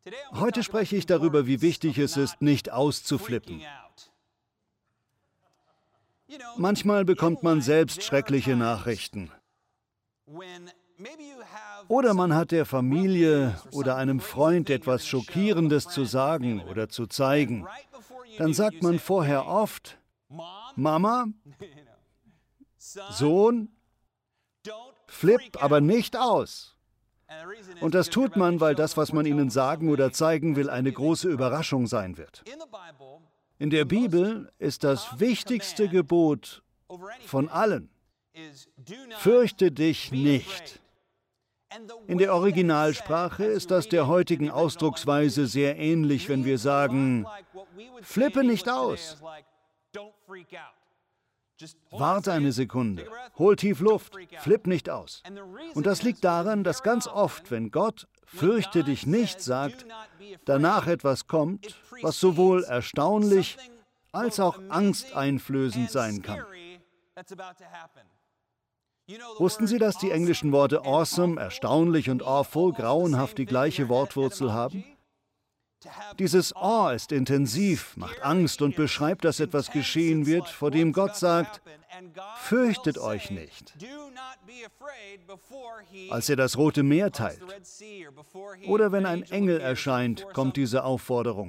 Heute spreche ich darüber, wie wichtig es ist, nicht auszuflippen. Manchmal bekommt man selbst schreckliche Nachrichten. Oder man hat der Familie oder einem Freund etwas Schockierendes zu sagen oder zu zeigen. Dann sagt man vorher oft: Mama, Sohn, flipp aber nicht aus. Und das tut man, weil das, was man ihnen sagen oder zeigen will, eine große Überraschung sein wird. In der Bibel ist das wichtigste Gebot von allen: Fürchte dich nicht. In der Originalsprache ist das der heutigen Ausdrucksweise sehr ähnlich, wenn wir sagen: Flippe nicht aus. Warte eine Sekunde, hol tief Luft, flipp nicht aus. Und das liegt daran, dass ganz oft, wenn Gott fürchte dich nicht sagt, danach etwas kommt, was sowohl erstaunlich als auch angsteinflößend sein kann. Wussten Sie, dass die englischen Worte awesome, erstaunlich und awful grauenhaft die gleiche Wortwurzel haben? Dieses Awe ist intensiv, macht Angst und beschreibt, dass etwas geschehen wird, vor dem Gott sagt: Fürchtet euch nicht. Als er das Rote Meer teilt oder wenn ein Engel erscheint, kommt diese Aufforderung.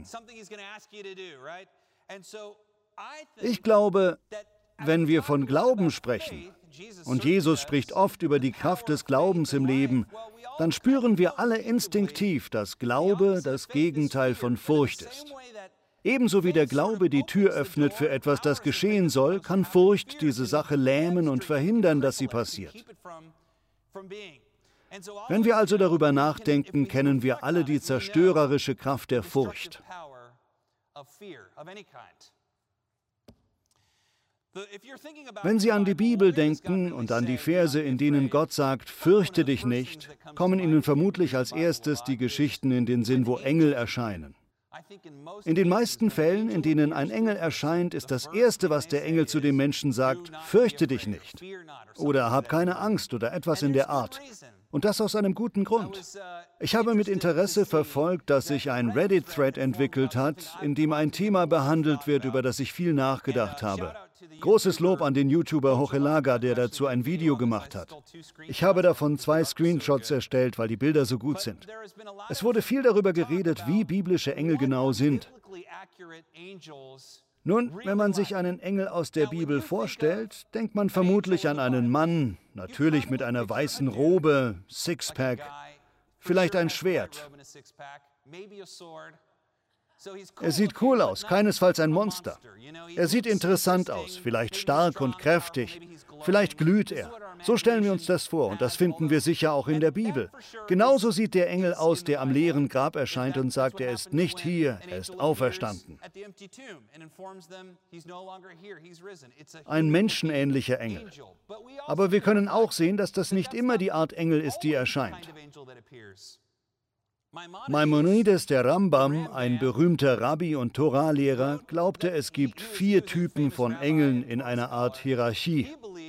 Ich glaube, wenn wir von Glauben sprechen, und Jesus spricht oft über die Kraft des Glaubens im Leben, dann spüren wir alle instinktiv, dass Glaube das Gegenteil von Furcht ist. Ebenso wie der Glaube die Tür öffnet für etwas, das geschehen soll, kann Furcht diese Sache lähmen und verhindern, dass sie passiert. Wenn wir also darüber nachdenken, kennen wir alle die zerstörerische Kraft der Furcht. Wenn Sie an die Bibel denken und an die Verse, in denen Gott sagt: Fürchte dich nicht, kommen Ihnen vermutlich als erstes die Geschichten in den Sinn, wo Engel erscheinen. In den meisten Fällen, in denen ein Engel erscheint, ist das Erste, was der Engel zu dem Menschen sagt: Fürchte dich nicht oder hab keine Angst oder etwas in der Art. Und das aus einem guten Grund. Ich habe mit Interesse verfolgt, dass sich ein Reddit-Thread entwickelt hat, in dem ein Thema behandelt wird, über das ich viel nachgedacht habe. Großes Lob an den YouTuber Hochelaga, der dazu ein Video gemacht hat. Ich habe davon 2 Screenshots erstellt, weil die Bilder so gut sind. Es wurde viel darüber geredet, wie biblische Engel genau sind. Nun, wenn man sich einen Engel aus der Bibel vorstellt, denkt man vermutlich an einen Mann, natürlich mit einer weißen Robe, Sixpack, vielleicht ein Schwert. Er sieht cool aus, keinesfalls ein Monster. Er sieht interessant aus, vielleicht stark und kräftig. Vielleicht glüht er. So stellen wir uns das vor und das finden wir sicher auch in der Bibel. Genauso sieht der Engel aus, der am leeren Grab erscheint und sagt, er ist nicht hier, er ist auferstanden. Ein menschenähnlicher Engel. Aber wir können auch sehen, dass das nicht immer die Art Engel ist, die erscheint. Maimonides der Rambam, ein berühmter Rabbi und Toralehrer, glaubte, es gibt 4 Typen von Engeln in einer Art Hierarchie.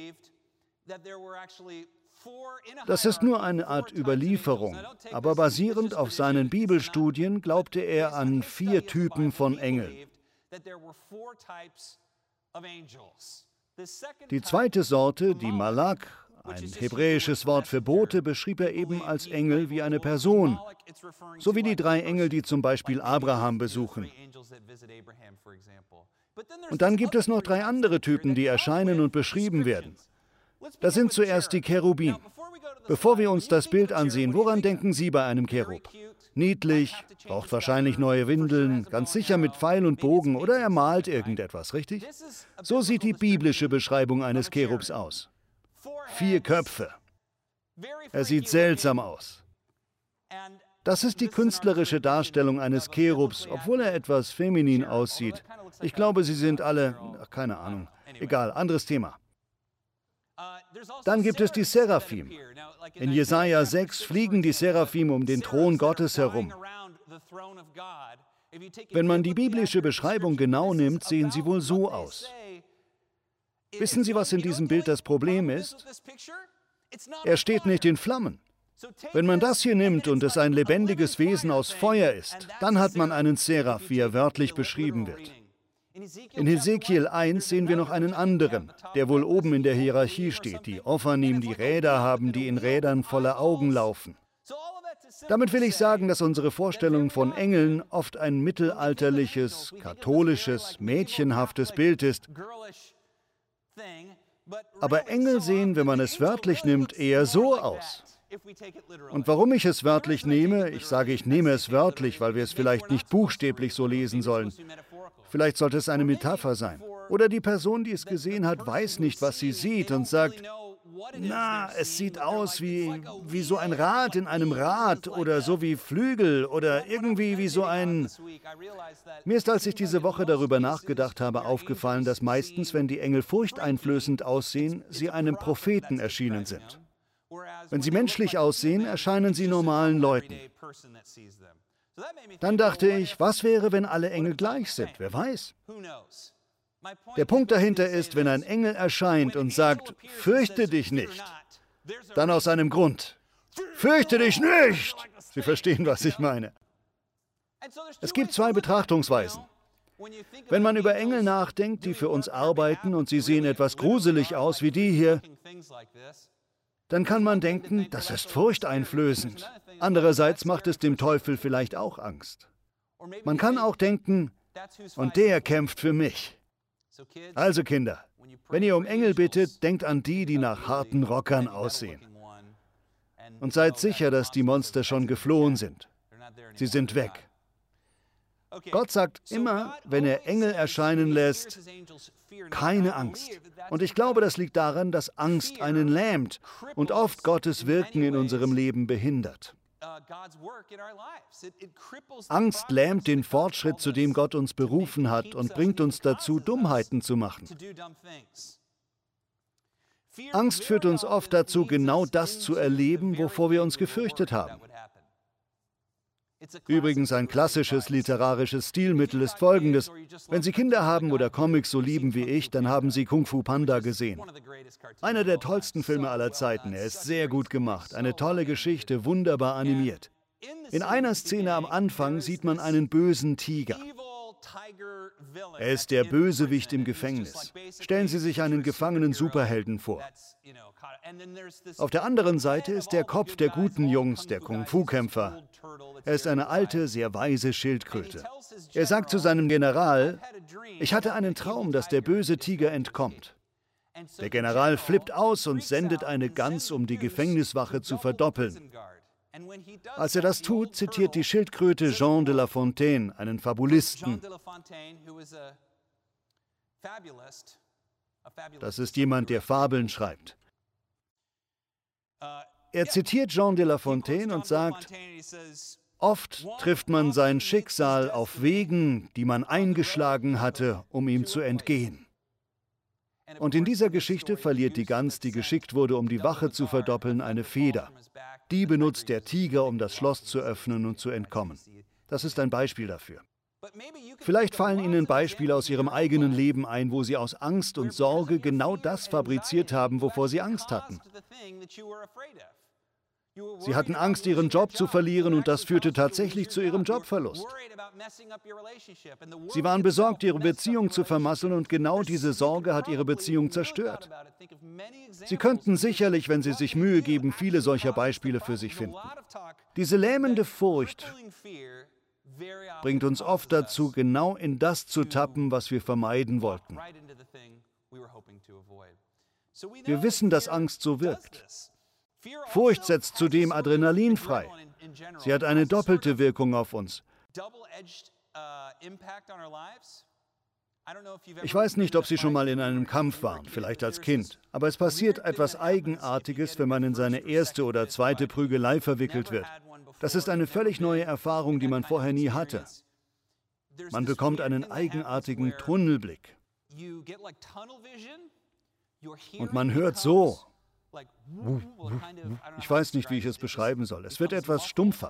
Das ist nur eine Art Überlieferung, aber basierend auf seinen Bibelstudien glaubte er an 4 Typen von Engeln. Die zweite Sorte, die Malak, ein hebräisches Wort für Bote, beschrieb er eben als Engel wie eine Person, so wie die 3 Engel, die zum Beispiel Abraham besuchen. Und dann gibt es noch 3 andere Typen, die erscheinen und beschrieben werden. Das sind zuerst die Cherubim. Bevor wir uns das Bild ansehen, woran denken Sie bei einem Cherub? Niedlich, braucht wahrscheinlich neue Windeln, ganz sicher mit Pfeil und Bogen oder er malt irgendetwas, richtig? So sieht die biblische Beschreibung eines Cherubs aus. 4 Köpfe. Er sieht seltsam aus. Das ist die künstlerische Darstellung eines Cherubs, obwohl er etwas feminin aussieht. Ich glaube, sie sind alle, keine Ahnung, egal, anderes Thema. Dann gibt es die Seraphim. In Jesaja 6 fliegen die Seraphim um den Thron Gottes herum. Wenn man die biblische Beschreibung genau nimmt, sehen sie wohl so aus. Wissen Sie, was in diesem Bild das Problem ist? Er steht nicht in Flammen. Wenn man das hier nimmt und es ein lebendiges Wesen aus Feuer ist, dann hat man einen Seraph, wie er wörtlich beschrieben wird. In Hesekiel 1 sehen wir noch einen anderen, der wohl oben in der Hierarchie steht, die Ophanim, die Räder haben, die in Rädern voller Augen laufen. Damit will ich sagen, dass unsere Vorstellung von Engeln oft ein mittelalterliches, katholisches, mädchenhaftes Bild ist. Aber Engel sehen, wenn man es wörtlich nimmt, eher so aus. Und warum ich es wörtlich nehme, ich sage, ich nehme es wörtlich, weil wir es vielleicht nicht buchstäblich so lesen sollen. Vielleicht sollte es eine Metapher sein. Oder die Person, die es gesehen hat, weiß nicht, was sie sieht und sagt, na, es sieht aus wie so ein Rad in einem Rad oder so wie Flügel oder irgendwie wie so ein... Mir ist, als ich diese Woche darüber nachgedacht habe, aufgefallen, dass meistens, wenn die Engel furchteinflößend aussehen, sie einem Propheten erschienen sind. Wenn sie menschlich aussehen, erscheinen sie normalen Leuten. Dann dachte ich, was wäre, wenn alle Engel gleich sind? Wer weiß? Der Punkt dahinter ist, wenn ein Engel erscheint und sagt, fürchte dich nicht, dann aus einem Grund. Fürchte dich nicht! Sie verstehen, was ich meine. Es gibt zwei Betrachtungsweisen. Wenn man über Engel nachdenkt, die für uns arbeiten und sie sehen etwas gruselig aus wie die hier, dann kann man denken, das ist furchteinflößend. Andererseits macht es dem Teufel vielleicht auch Angst. Man kann auch denken, und der kämpft für mich. Also Kinder, wenn ihr um Engel bittet, denkt an die, die nach harten Rockern aussehen. Und seid sicher, dass die Monster schon geflohen sind. Sie sind weg. Gott sagt immer, wenn er Engel erscheinen lässt, keine Angst. Und ich glaube, das liegt daran, dass Angst einen lähmt und oft Gottes Wirken in unserem Leben behindert. Angst lähmt den Fortschritt, zu dem Gott uns berufen hat und bringt uns dazu, Dummheiten zu machen. Angst führt uns oft dazu, genau das zu erleben, wovor wir uns gefürchtet haben. Übrigens, ein klassisches literarisches Stilmittel ist folgendes. Wenn Sie Kinder haben oder Comics so lieben wie ich, dann haben Sie Kung Fu Panda gesehen. Einer der tollsten Filme aller Zeiten. Er ist sehr gut gemacht, eine tolle Geschichte, wunderbar animiert. In einer Szene am Anfang sieht man einen bösen Tiger. Er ist der Bösewicht im Gefängnis. Stellen Sie sich einen gefangenen Superhelden vor. Auf der anderen Seite ist der Kopf der guten Jungs, der Kung-Fu-Kämpfer. Er ist eine alte, sehr weise Schildkröte. Er sagt zu seinem General, ich hatte einen Traum, dass der böse Tiger entkommt. Der General flippt aus und sendet eine Gans, um die Gefängniswache zu verdoppeln. Als er das tut, zitiert die Schildkröte Jean de La Fontaine, einen Fabulisten. Das ist jemand, der Fabeln schreibt. Er zitiert Jean de La Fontaine und sagt, oft trifft man sein Schicksal auf Wegen, die man eingeschlagen hatte, um ihm zu entgehen. Und in dieser Geschichte verliert die Gans, die geschickt wurde, um die Wache zu verdoppeln, eine Feder. Die benutzt der Tiger, um das Schloss zu öffnen und zu entkommen. Das ist ein Beispiel dafür. Vielleicht fallen Ihnen Beispiele aus Ihrem eigenen Leben ein, wo Sie aus Angst und Sorge genau das fabriziert haben, wovor Sie Angst hatten. Sie hatten Angst, Ihren Job zu verlieren und das führte tatsächlich zu Ihrem Jobverlust. Sie waren besorgt, Ihre Beziehung zu vermasseln und genau diese Sorge hat Ihre Beziehung zerstört. Sie könnten sicherlich, wenn Sie sich Mühe geben, viele solcher Beispiele für sich finden. Diese lähmende Furcht bringt uns oft dazu, genau in das zu tappen, was wir vermeiden wollten. Wir wissen, dass Angst so wirkt. Furcht setzt zudem Adrenalin frei. Sie hat eine doppelte Wirkung auf uns. Ich weiß nicht, ob Sie schon mal in einem Kampf waren, vielleicht als Kind, aber es passiert etwas Eigenartiges, wenn man in seine erste oder zweite Prügelei verwickelt wird. Das ist eine völlig neue Erfahrung, die man vorher nie hatte. Man bekommt einen eigenartigen Tunnelblick. Und man hört so. Ich weiß nicht, wie ich es beschreiben soll. Es wird etwas stumpfer.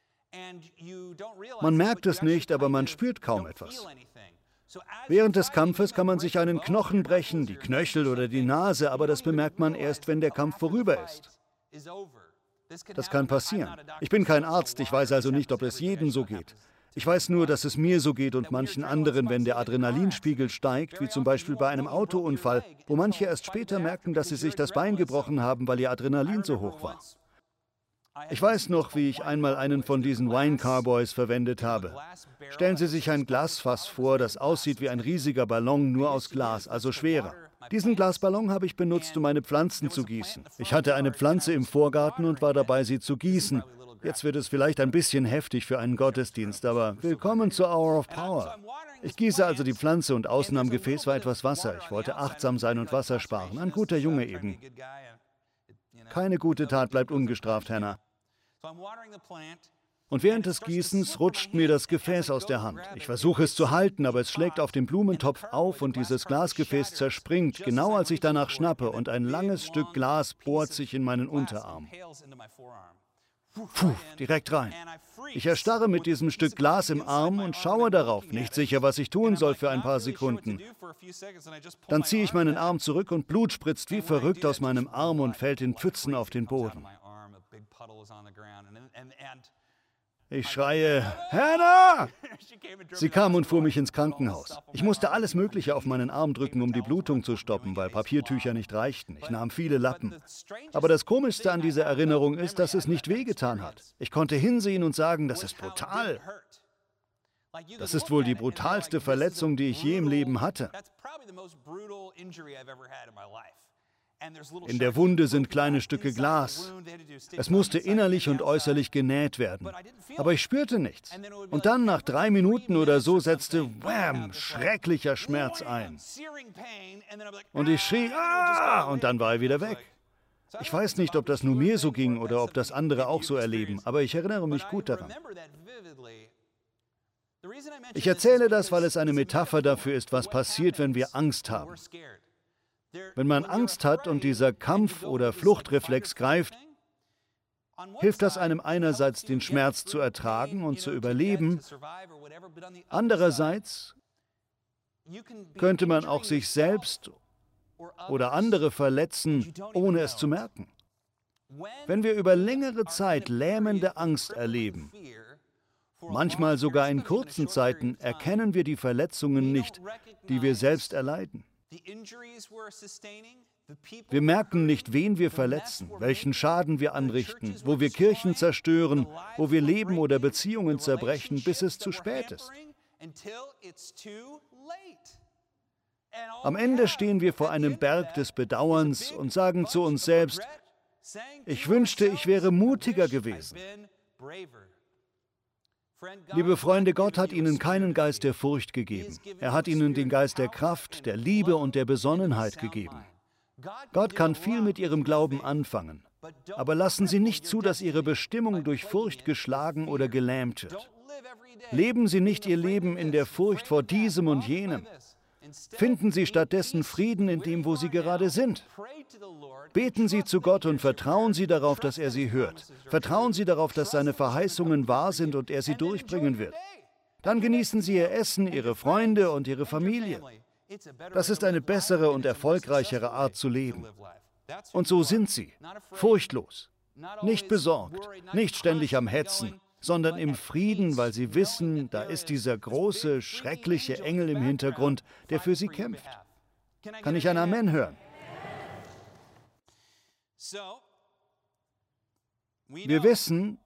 Man merkt es nicht, aber man spürt kaum etwas. Während des Kampfes kann man sich einen Knochen brechen, die Knöchel oder die Nase, aber das bemerkt man erst, wenn der Kampf vorüber ist. Das kann passieren. Ich bin kein Arzt, ich weiß also nicht, ob es jedem so geht. Ich weiß nur, dass es mir so geht und manchen anderen, wenn der Adrenalinspiegel steigt, wie zum Beispiel bei einem Autounfall, wo manche erst später merken, dass sie sich das Bein gebrochen haben, weil ihr Adrenalin so hoch war. Ich weiß noch, wie ich einmal einen von diesen Wine Carboys verwendet habe. Stellen Sie sich ein Glasfass vor, das aussieht wie ein riesiger Ballon, nur aus Glas, also schwerer. Diesen Glasballon habe ich benutzt, um meine Pflanzen zu gießen. Ich hatte eine Pflanze im Vorgarten und war dabei, sie zu gießen. Jetzt wird es vielleicht ein bisschen heftig für einen Gottesdienst, aber willkommen zur Hour of Power. Ich gieße also die Pflanze und außen am Gefäß war etwas Wasser. Ich wollte achtsam sein und Wasser sparen. Ein guter Junge eben. Keine gute Tat bleibt ungestraft, Hannah. Und während des Gießens rutscht mir das Gefäß aus der Hand. Ich versuche es zu halten, aber es schlägt auf den Blumentopf auf und dieses Glasgefäß zerspringt, genau als ich danach schnappe, und ein langes Stück Glas bohrt sich in meinen Unterarm. Puh, direkt rein. Ich erstarre mit diesem Stück Glas im Arm und schaue darauf, nicht sicher, was ich tun soll für ein paar Sekunden. Dann ziehe ich meinen Arm zurück und Blut spritzt wie verrückt aus meinem Arm und fällt in Pfützen auf den Boden. Ich schreie, Hannah! Sie kam und fuhr mich ins Krankenhaus. Ich musste alles Mögliche auf meinen Arm drücken, um die Blutung zu stoppen, weil Papiertücher nicht reichten. Ich nahm viele Lappen. Aber das Komischste an dieser Erinnerung ist, dass es nicht wehgetan hat. Ich konnte hinsehen und sagen, das ist brutal. Das ist wohl die brutalste Verletzung, die ich je im Leben hatte. In der Wunde sind kleine Stücke Glas. Es musste innerlich und äußerlich genäht werden. Aber ich spürte nichts. Und dann, nach 3 Minuten oder so, setzte, wham, schrecklicher Schmerz ein. Und ich schrie, ah, und dann war er wieder weg. Ich weiß nicht, ob das nur mir so ging oder ob das andere auch so erleben, aber ich erinnere mich gut daran. Ich erzähle das, weil es eine Metapher dafür ist, was passiert, wenn wir Angst haben. Wenn man Angst hat und dieser Kampf- oder Fluchtreflex greift, hilft das einem einerseits, den Schmerz zu ertragen und zu überleben. Andererseits könnte man auch sich selbst oder andere verletzen, ohne es zu merken. Wenn wir über längere Zeit lähmende Angst erleben, manchmal sogar in kurzen Zeiten, erkennen wir die Verletzungen nicht, die wir selbst erleiden. Wir merken nicht, wen wir verletzen, welchen Schaden wir anrichten, wo wir Kirchen zerstören, wo wir Leben oder Beziehungen zerbrechen, bis es zu spät ist. Am Ende stehen wir vor einem Berg des Bedauerns und sagen zu uns selbst, ich wünschte, ich wäre mutiger gewesen. Liebe Freunde, Gott hat ihnen keinen Geist der Furcht gegeben. Er hat ihnen den Geist der Kraft, der Liebe und der Besonnenheit gegeben. Gott kann viel mit ihrem Glauben anfangen. Aber lassen Sie nicht zu, dass Ihre Bestimmung durch Furcht geschlagen oder gelähmt wird. Leben Sie nicht Ihr Leben in der Furcht vor diesem und jenem. Finden Sie stattdessen Frieden in dem, wo Sie gerade sind. Beten Sie zu Gott und vertrauen Sie darauf, dass er Sie hört. Vertrauen Sie darauf, dass seine Verheißungen wahr sind und er sie durchbringen wird. Dann genießen Sie Ihr Essen, Ihre Freunde und Ihre Familie. Das ist eine bessere und erfolgreichere Art zu leben. Und so sind Sie, furchtlos, nicht besorgt, nicht ständig am Hetzen, sondern im Frieden, weil Sie wissen, da ist dieser große, schreckliche Engel im Hintergrund, der für Sie kämpft. Kann ich ein Amen hören? Wir wissen,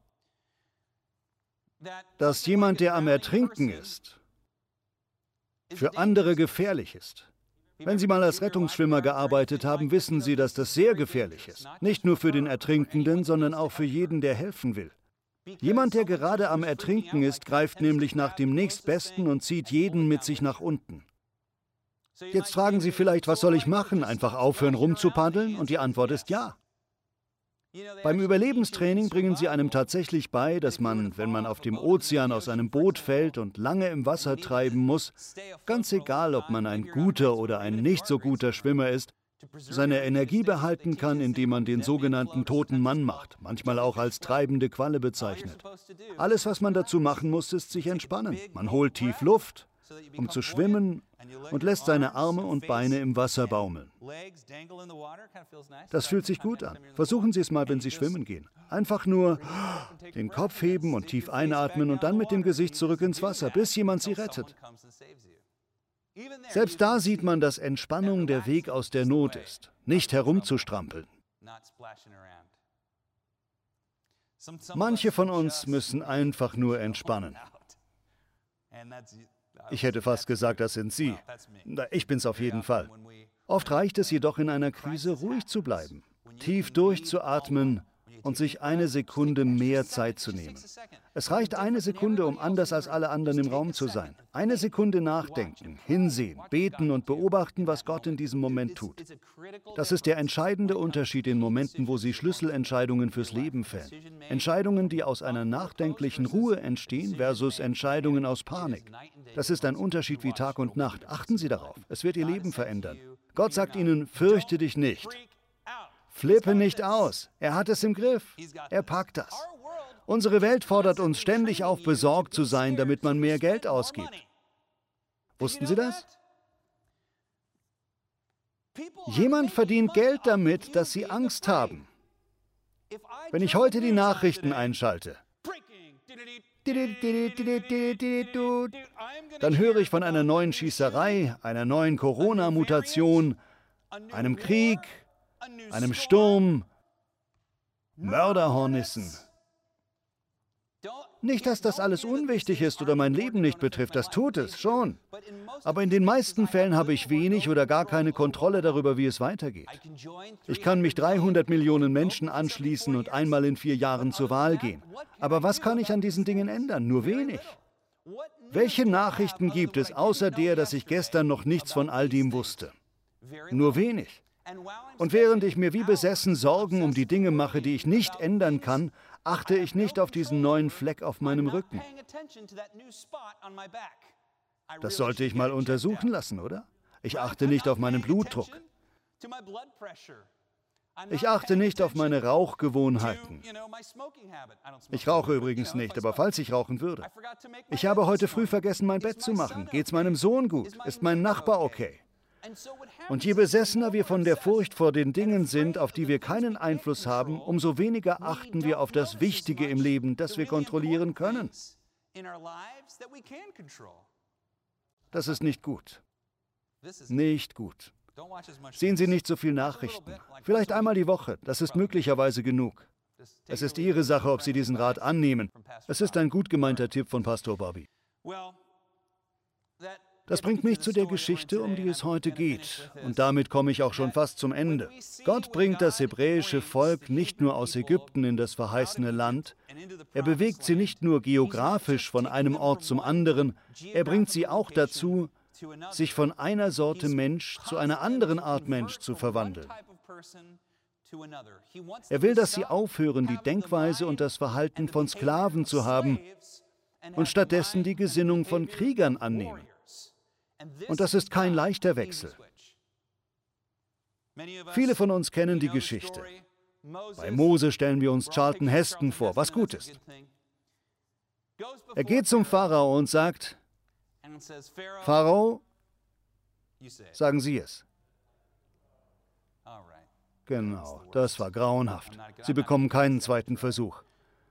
dass jemand, der am Ertrinken ist, für andere gefährlich ist. Wenn Sie mal als Rettungsschwimmer gearbeitet haben, wissen Sie, dass das sehr gefährlich ist. Nicht nur für den Ertrinkenden, sondern auch für jeden, der helfen will. Jemand, der gerade am Ertrinken ist, greift nämlich nach dem Nächstbesten und zieht jeden mit sich nach unten. Jetzt fragen Sie vielleicht, was soll ich machen? Einfach aufhören rumzupaddeln? Und die Antwort ist ja. Beim Überlebenstraining bringen sie einem tatsächlich bei, dass man, wenn man auf dem Ozean aus einem Boot fällt und lange im Wasser treiben muss, ganz egal, ob man ein guter oder ein nicht so guter Schwimmer ist, seine Energie behalten kann, indem man den sogenannten toten Mann macht, manchmal auch als treibende Qualle bezeichnet. Alles, was man dazu machen muss, ist sich entspannen. Man holt tief Luft, um zu schwimmen, und lässt seine Arme und Beine im Wasser baumeln. Das fühlt sich gut an. Versuchen Sie es mal, wenn Sie schwimmen gehen. Einfach nur den Kopf heben und tief einatmen und dann mit dem Gesicht zurück ins Wasser, bis jemand Sie rettet. Selbst da sieht man, dass Entspannung der Weg aus der Not ist, nicht herumzustrampeln. Manche von uns müssen einfach nur entspannen. Ich hätte fast gesagt, das sind Sie. Ich bin's auf jeden Fall. Oft reicht es jedoch in einer Krise, ruhig zu bleiben, tief durchzuatmen und sich eine Sekunde mehr Zeit zu nehmen. Es reicht eine Sekunde, um anders als alle anderen im Raum zu sein. Eine Sekunde nachdenken, hinsehen, beten und beobachten, was Gott in diesem Moment tut. Das ist der entscheidende Unterschied in Momenten, wo Sie Schlüsselentscheidungen fürs Leben fällen. Entscheidungen, die aus einer nachdenklichen Ruhe entstehen, versus Entscheidungen aus Panik. Das ist ein Unterschied wie Tag und Nacht. Achten Sie darauf. Es wird Ihr Leben verändern. Gott sagt Ihnen, fürchte dich nicht. Flippe nicht aus. Er hat es im Griff. Er packt das. Unsere Welt fordert uns ständig auf, besorgt zu sein, damit man mehr Geld ausgibt. Wussten Sie das? Jemand verdient Geld damit, dass Sie Angst haben. Wenn ich heute die Nachrichten einschalte, dann höre ich von einer neuen Schießerei, einer neuen Corona-Mutation, einem Krieg, einem Sturm, Mörderhornissen. Nicht, dass das alles unwichtig ist oder mein Leben nicht betrifft, das tut es schon. Aber in den meisten Fällen habe ich wenig oder gar keine Kontrolle darüber, wie es weitergeht. Ich kann mich 300 Millionen Menschen anschließen und einmal in 4 Jahren zur Wahl gehen. Aber was kann ich an diesen Dingen ändern? Nur wenig. Welche Nachrichten gibt es, außer der, dass ich gestern noch nichts von all dem wusste? Nur wenig. Und während ich mir wie besessen Sorgen um die Dinge mache, die ich nicht ändern kann, achte ich nicht auf diesen neuen Fleck auf meinem Rücken. Das sollte ich mal untersuchen lassen, oder? Ich achte nicht auf meinen Blutdruck. Ich achte nicht auf meine Rauchgewohnheiten. Ich rauche übrigens nicht, aber falls ich rauchen würde. Ich habe heute früh vergessen, mein Bett zu machen. Geht's meinem Sohn gut? Ist mein Nachbar okay? Und je besessener wir von der Furcht vor den Dingen sind, auf die wir keinen Einfluss haben, umso weniger achten wir auf das Wichtige im Leben, das wir kontrollieren können. Das ist nicht gut. Nicht gut. Sehen Sie nicht so viel Nachrichten. Vielleicht einmal die Woche, das ist möglicherweise genug. Es ist Ihre Sache, ob Sie diesen Rat annehmen. Es ist ein gut gemeinter Tipp von Pastor Bobby. Das bringt mich zu der Geschichte, um die es heute geht. Und damit komme ich auch schon fast zum Ende. Gott bringt das hebräische Volk nicht nur aus Ägypten in das verheißene Land. Er bewegt sie nicht nur geografisch von einem Ort zum anderen. Er bringt sie auch dazu, sich von einer Sorte Mensch zu einer anderen Art Mensch zu verwandeln. Er will, dass sie aufhören, die Denkweise und das Verhalten von Sklaven zu haben und stattdessen die Gesinnung von Kriegern annehmen. Und das ist kein leichter Wechsel. Viele von uns kennen die Geschichte. Bei Mose stellen wir uns Charlton Heston vor, was gut ist. Er geht zum Pharao und sagt, Pharao, sagen Sie es. Genau, das war grauenhaft. Sie bekommen keinen zweiten Versuch.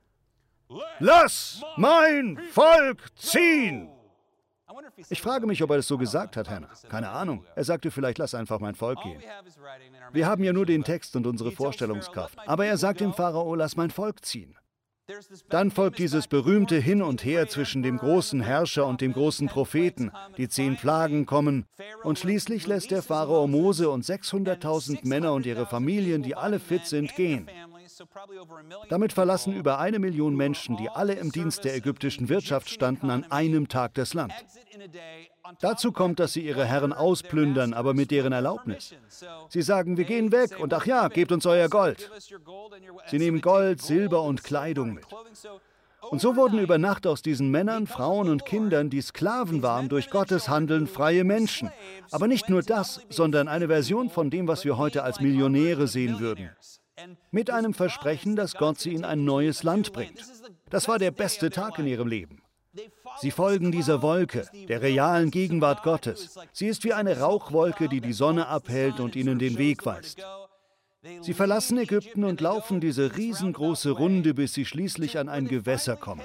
Lass mein Volk ziehen! Ich frage mich, ob er es so gesagt hat, Hannah. Keine Ahnung. Er sagte vielleicht, lass einfach mein Volk gehen. Wir haben ja nur den Text und unsere Vorstellungskraft. Aber er sagt dem Pharao, lass mein Volk ziehen. Dann folgt dieses berühmte Hin und Her zwischen dem großen Herrscher und dem großen Propheten. Die 10 Plagen kommen. Und schließlich lässt der Pharao Mose und 600.000 Männer und ihre Familien, die alle fit sind, gehen. Damit verlassen über 1 Million Menschen, die alle im Dienst der ägyptischen Wirtschaft standen, an einem Tag das Land. Dazu kommt, dass sie ihre Herren ausplündern, aber mit deren Erlaubnis. Sie sagen, wir gehen weg und ach ja, gebt uns euer Gold. Sie nehmen Gold, Silber und Kleidung mit. Und so wurden über Nacht aus diesen Männern, Frauen und Kindern, die Sklaven waren, durch Gottes Handeln freie Menschen. Aber nicht nur das, sondern eine Version von dem, was wir heute als Millionäre sehen würden. Mit einem Versprechen, dass Gott sie in ein neues Land bringt. Das war der beste Tag in ihrem Leben. Sie folgen dieser Wolke, der realen Gegenwart Gottes. Sie ist wie eine Rauchwolke, die die Sonne abhält und ihnen den Weg weist. Sie verlassen Ägypten und laufen diese riesengroße Runde, bis sie schließlich an ein Gewässer kommen.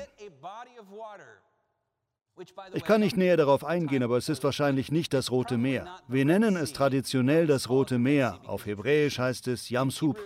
Ich kann nicht näher darauf eingehen, aber es ist wahrscheinlich nicht das Rote Meer. Wir nennen es traditionell das Rote Meer. Auf Hebräisch heißt es Yam Suf.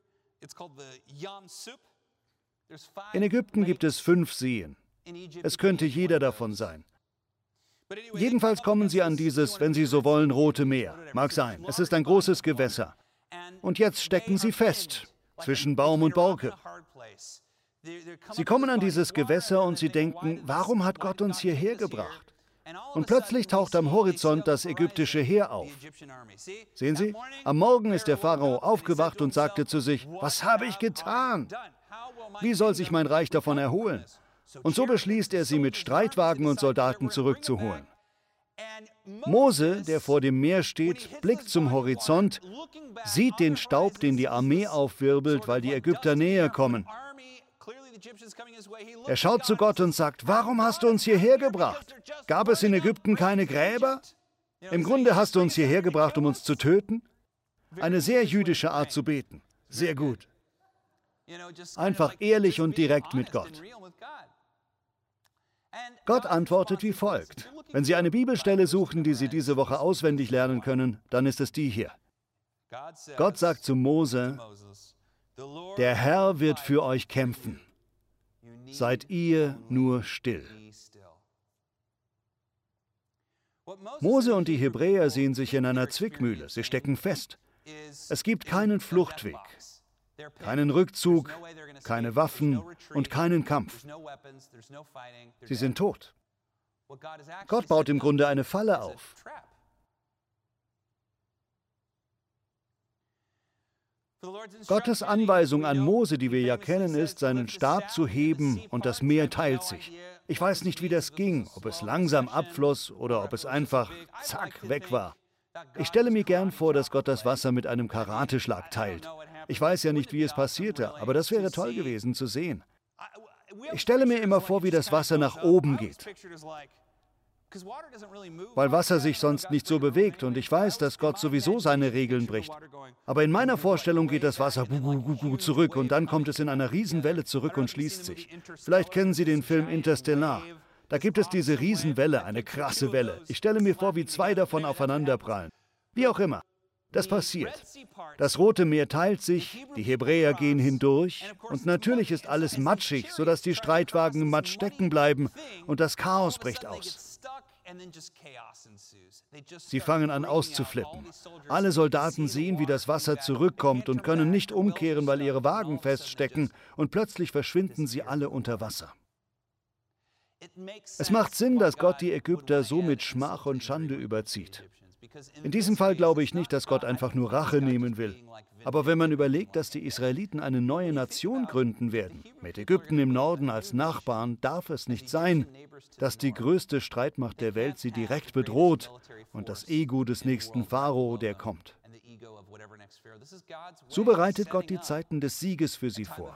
In Ägypten gibt es 5 Seen. Es könnte jeder davon sein. Jedenfalls kommen sie an dieses, wenn Sie so wollen, Rote Meer. Mag sein, es ist ein großes Gewässer. Und jetzt stecken sie fest, zwischen Baum und Borke. Sie kommen an dieses Gewässer und sie denken, warum hat Gott uns hierher gebracht? Und plötzlich taucht am Horizont das ägyptische Heer auf. Sehen Sie, am Morgen ist der Pharao aufgewacht und sagte zu sich, was habe ich getan? Wie soll sich mein Reich davon erholen? Und so beschließt er, sie mit Streitwagen und Soldaten zurückzuholen. Mose, der vor dem Meer steht, blickt zum Horizont, sieht den Staub, den die Armee aufwirbelt, weil die Ägypter näher kommen. Er schaut zu Gott und sagt, warum hast du uns hierher gebracht? Gab es in Ägypten keine Gräber? Im Grunde hast du uns hierher gebracht, um uns zu töten? Eine sehr jüdische Art zu beten. Sehr gut. Einfach ehrlich und direkt mit Gott. Gott antwortet wie folgt. Wenn Sie eine Bibelstelle suchen, die Sie diese Woche auswendig lernen können, dann ist es die hier. Gott sagt zu Mose, der Herr wird für euch kämpfen. Seid ihr nur still. Mose und die Hebräer sehen sich in einer Zwickmühle. Sie stecken fest. Es gibt keinen Fluchtweg, keinen Rückzug, keine Waffen und keinen Kampf. Sie sind tot. Gott baut im Grunde eine Falle auf. Gottes Anweisung an Mose, die wir ja kennen, ist, seinen Stab zu heben und das Meer teilt sich. Ich weiß nicht, wie das ging, ob es langsam abfloss oder ob es einfach, zack, weg war. Ich stelle mir gern vor, dass Gott das Wasser mit einem Karateschlag teilt. Ich weiß ja nicht, wie es passierte, aber das wäre toll gewesen zu sehen. Ich stelle mir immer vor, wie das Wasser nach oben geht, weil Wasser sich sonst nicht so bewegt und ich weiß, dass Gott sowieso seine Regeln bricht. Aber in meiner Vorstellung geht das Wasser zurück und dann kommt es in einer Riesenwelle zurück und schließt sich. Vielleicht kennen Sie den Film Interstellar. Da gibt es diese Riesenwelle, eine krasse Welle. Ich stelle mir vor, wie 2 davon aufeinanderprallen. Wie auch immer. Das passiert. Das Rote Meer teilt sich, die Hebräer gehen hindurch und natürlich ist alles matschig, sodass die Streitwagen im Matsch stecken bleiben und das Chaos bricht aus. Sie fangen an auszuflippen. Alle Soldaten sehen, wie das Wasser zurückkommt und können nicht umkehren, weil ihre Wagen feststecken und plötzlich verschwinden sie alle unter Wasser. Es macht Sinn, dass Gott die Ägypter so mit Schmach und Schande überzieht. In diesem Fall glaube ich nicht, dass Gott einfach nur Rache nehmen will. Aber wenn man überlegt, dass die Israeliten eine neue Nation gründen werden, mit Ägypten im Norden als Nachbarn, darf es nicht sein, dass die größte Streitmacht der Welt sie direkt bedroht und das Ego des nächsten Pharao, der kommt. So bereitet Gott die Zeiten des Sieges für sie vor.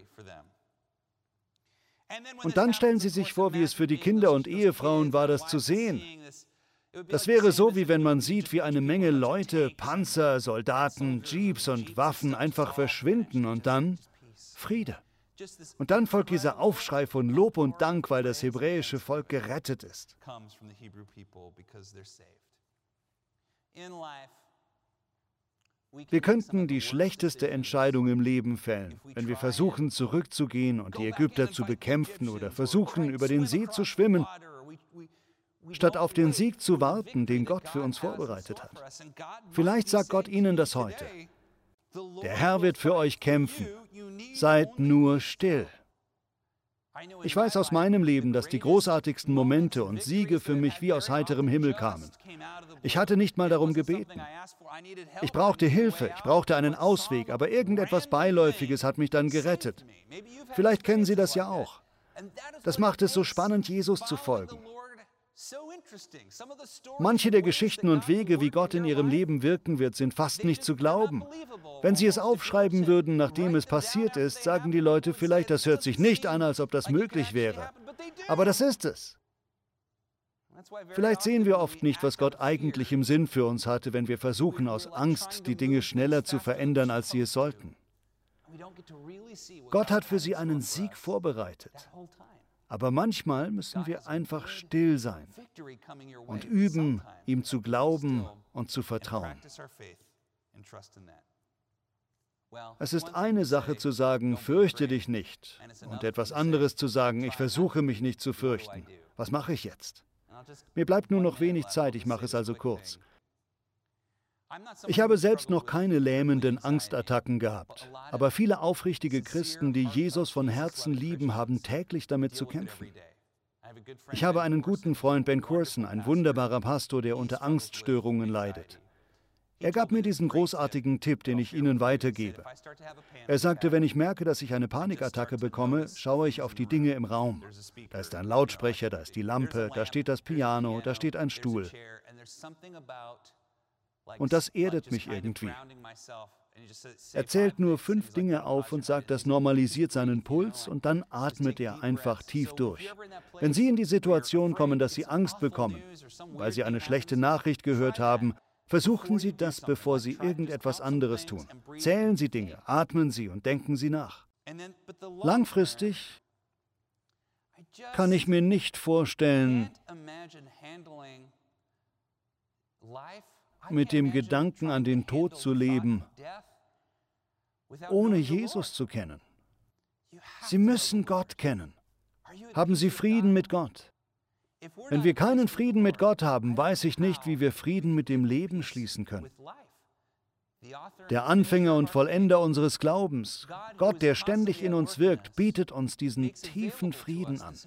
Und dann stellen Sie sich vor, wie es für die Kinder und Ehefrauen war, das zu sehen. Das wäre so, wie wenn man sieht, wie eine Menge Leute, Panzer, Soldaten, Jeeps und Waffen einfach verschwinden und dann Friede. Und dann folgt dieser Aufschrei von Lob und Dank, weil das hebräische Volk gerettet ist. Wir könnten die schlechteste Entscheidung im Leben fällen, wenn wir versuchen, zurückzugehen und die Ägypter zu bekämpfen oder versuchen, über den See zu schwimmen, statt auf den Sieg zu warten, den Gott für uns vorbereitet hat. Vielleicht sagt Gott Ihnen das heute. Der Herr wird für euch kämpfen. Seid nur still. Ich weiß aus meinem Leben, dass die großartigsten Momente und Siege für mich wie aus heiterem Himmel kamen. Ich hatte nicht mal darum gebeten. Ich brauchte Hilfe, ich brauchte einen Ausweg, aber irgendetwas Beiläufiges hat mich dann gerettet. Vielleicht kennen Sie das ja auch. Das macht es so spannend, Jesus zu folgen. Manche der Geschichten und Wege, wie Gott in ihrem Leben wirken wird, sind fast nicht zu glauben. Wenn sie es aufschreiben würden, nachdem es passiert ist, sagen die Leute vielleicht, das hört sich nicht an, als ob das möglich wäre. Aber das ist es. Vielleicht sehen wir oft nicht, was Gott eigentlich im Sinn für uns hatte, wenn wir versuchen, aus Angst die Dinge schneller zu verändern, als sie es sollten. Gott hat für sie einen Sieg vorbereitet. Aber manchmal müssen wir einfach still sein und üben, ihm zu glauben und zu vertrauen. Es ist eine Sache zu sagen, fürchte dich nicht, und etwas anderes zu sagen, ich versuche mich nicht zu fürchten. Was mache ich jetzt? Mir bleibt nur noch wenig Zeit, ich mache es also kurz. Ich habe selbst noch keine lähmenden Angstattacken gehabt, aber viele aufrichtige Christen, die Jesus von Herzen lieben, haben täglich damit zu kämpfen. Ich habe einen guten Freund, Ben Courson, ein wunderbarer Pastor, der unter Angststörungen leidet. Er gab mir diesen großartigen Tipp, den ich Ihnen weitergebe. Er sagte, wenn ich merke, dass ich eine Panikattacke bekomme, schaue ich auf die Dinge im Raum. Da ist ein Lautsprecher, da ist die Lampe, da steht das Piano, da steht ein Stuhl. Und das erdet mich irgendwie. Er zählt nur 5 Dinge auf und sagt, das normalisiert seinen Puls und dann atmet er einfach tief durch. Wenn Sie in die Situation kommen, dass Sie Angst bekommen, weil Sie eine schlechte Nachricht gehört haben, versuchen Sie das, bevor Sie irgendetwas anderes tun. Zählen Sie Dinge, atmen Sie und denken Sie nach. Langfristig kann ich mir nicht vorstellen, mit dem Gedanken an den Tod zu leben, ohne Jesus zu kennen. Sie müssen Gott kennen. Haben Sie Frieden mit Gott? Wenn wir keinen Frieden mit Gott haben, weiß ich nicht, wie wir Frieden mit dem Leben schließen können. Der Anfänger und Vollender unseres Glaubens, Gott, der ständig in uns wirkt, bietet uns diesen tiefen Frieden an.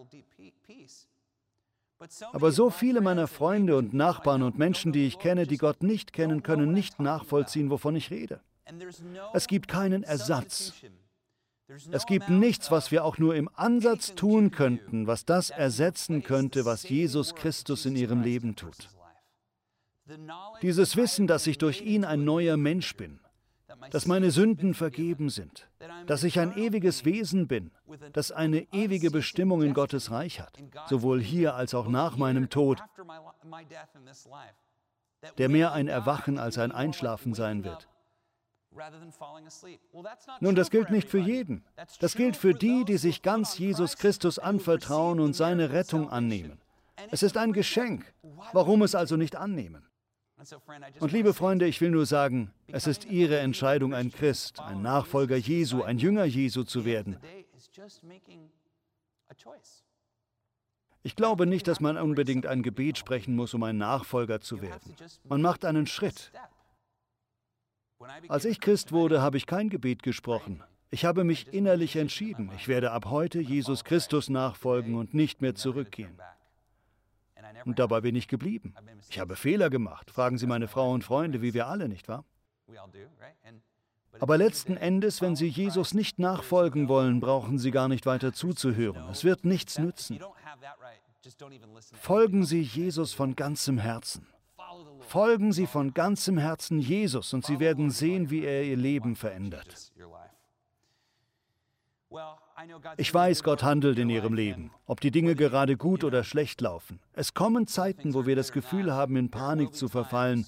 Aber so viele meiner Freunde und Nachbarn und Menschen, die ich kenne, die Gott nicht kennen, können nicht nachvollziehen, wovon ich rede. Es gibt keinen Ersatz. Es gibt nichts, was wir auch nur im Ansatz tun könnten, was das ersetzen könnte, was Jesus Christus in ihrem Leben tut. Dieses Wissen, dass ich durch ihn ein neuer Mensch bin, dass meine Sünden vergeben sind, dass ich ein ewiges Wesen bin, das eine ewige Bestimmung in Gottes Reich hat, sowohl hier als auch nach meinem Tod, der mehr ein Erwachen als ein Einschlafen sein wird. Nun, das gilt nicht für jeden. Das gilt für die, die sich ganz Jesus Christus anvertrauen und seine Rettung annehmen. Es ist ein Geschenk. Warum es also nicht annehmen? Und liebe Freunde, ich will nur sagen, es ist Ihre Entscheidung, ein Christ, ein Nachfolger Jesu, ein Jünger Jesu zu werden. Ich glaube nicht, dass man unbedingt ein Gebet sprechen muss, um ein Nachfolger zu werden. Man macht einen Schritt. Als ich Christ wurde, habe ich kein Gebet gesprochen. Ich habe mich innerlich entschieden, ich werde ab heute Jesus Christus nachfolgen und nicht mehr zurückgehen. Und dabei bin ich geblieben. Ich habe Fehler gemacht. Fragen Sie meine Frau und Freunde, wie wir alle, nicht wahr? Aber letzten Endes, wenn Sie Jesus nicht nachfolgen wollen, brauchen Sie gar nicht weiter zuzuhören. Es wird nichts nützen. Folgen Sie Jesus von ganzem Herzen. Folgen Sie von ganzem Herzen Jesus und Sie werden sehen, wie er Ihr Leben verändert. Ich weiß, Gott handelt in Ihrem Leben, ob die Dinge gerade gut oder schlecht laufen. Es kommen Zeiten, wo wir das Gefühl haben, in Panik zu verfallen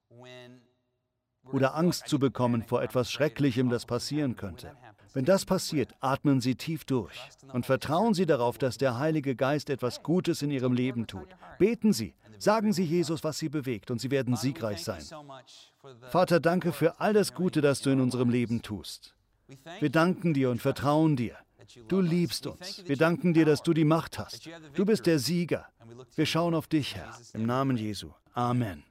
oder Angst zu bekommen vor etwas Schrecklichem, das passieren könnte. Wenn das passiert, atmen Sie tief durch und vertrauen Sie darauf, dass der Heilige Geist etwas Gutes in Ihrem Leben tut. Beten Sie, sagen Sie Jesus, was Sie bewegt, und Sie werden siegreich sein. Vater, danke für all das Gute, das du in unserem Leben tust. Wir danken dir und vertrauen dir. Du liebst uns. Wir danken dir, dass du die Macht hast. Du bist der Sieger. Wir schauen auf dich, Herr, im Namen Jesu. Amen.